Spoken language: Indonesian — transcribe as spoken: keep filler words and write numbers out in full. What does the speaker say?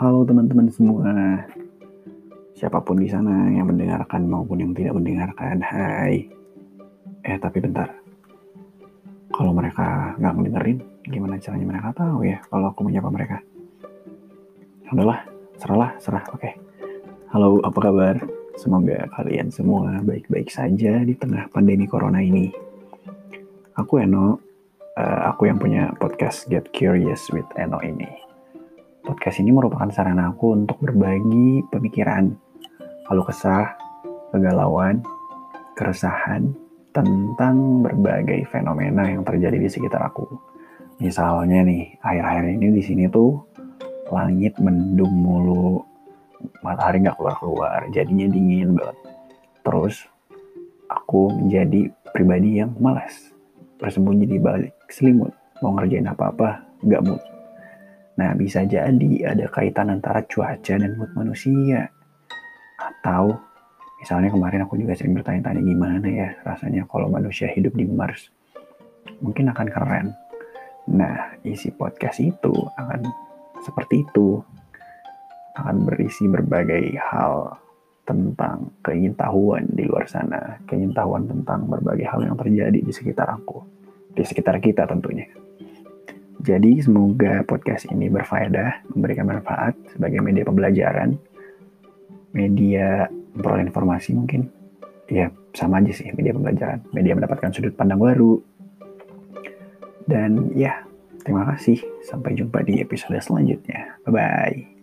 Halo teman-teman semua, siapapun di sana yang mendengarkan maupun yang tidak mendengarkan, hai. Eh tapi bentar, kalau mereka nggak ngedengerin, gimana caranya mereka tahu ya kalau aku menyapa mereka? Udahlah, serahlah, serah, oke. Halo, apa kabar? Semoga kalian semua baik-baik saja di tengah pandemi corona ini. Aku Eno, uh, aku yang punya podcast Get Curious with Eno ini. Podcast ini merupakan sarana aku untuk berbagi pemikiran, keluh kesah, kegalauan, keresahan tentang berbagai fenomena yang terjadi di sekitar aku. Misalnya nih, akhir-akhir ini di sini tuh langit mendung mulu, matahari nggak keluar-keluar, jadinya dingin banget. Terus aku menjadi pribadi yang malas, bersembunyi di balik selimut, mau ngerjain apa-apa, nggak mood. Nah, bisa jadi ada kaitan antara cuaca dan mood manusia. Atau misalnya kemarin aku juga sering bertanya-tanya gimana ya rasanya kalau manusia hidup di Mars. Mungkin akan keren. Nah, isi podcast itu akan seperti itu. Akan berisi berbagai hal tentang keingintahuan di luar sana. Keingintahuan tentang berbagai hal yang terjadi di sekitar aku. Di sekitar kita tentunya. Jadi semoga podcast ini berfaedah, memberikan manfaat sebagai media pembelajaran, media memperoleh informasi mungkin. Ya sama aja sih, media pembelajaran, media mendapatkan sudut pandang baru. Dan ya, terima kasih. Sampai jumpa di episode selanjutnya. Bye-bye.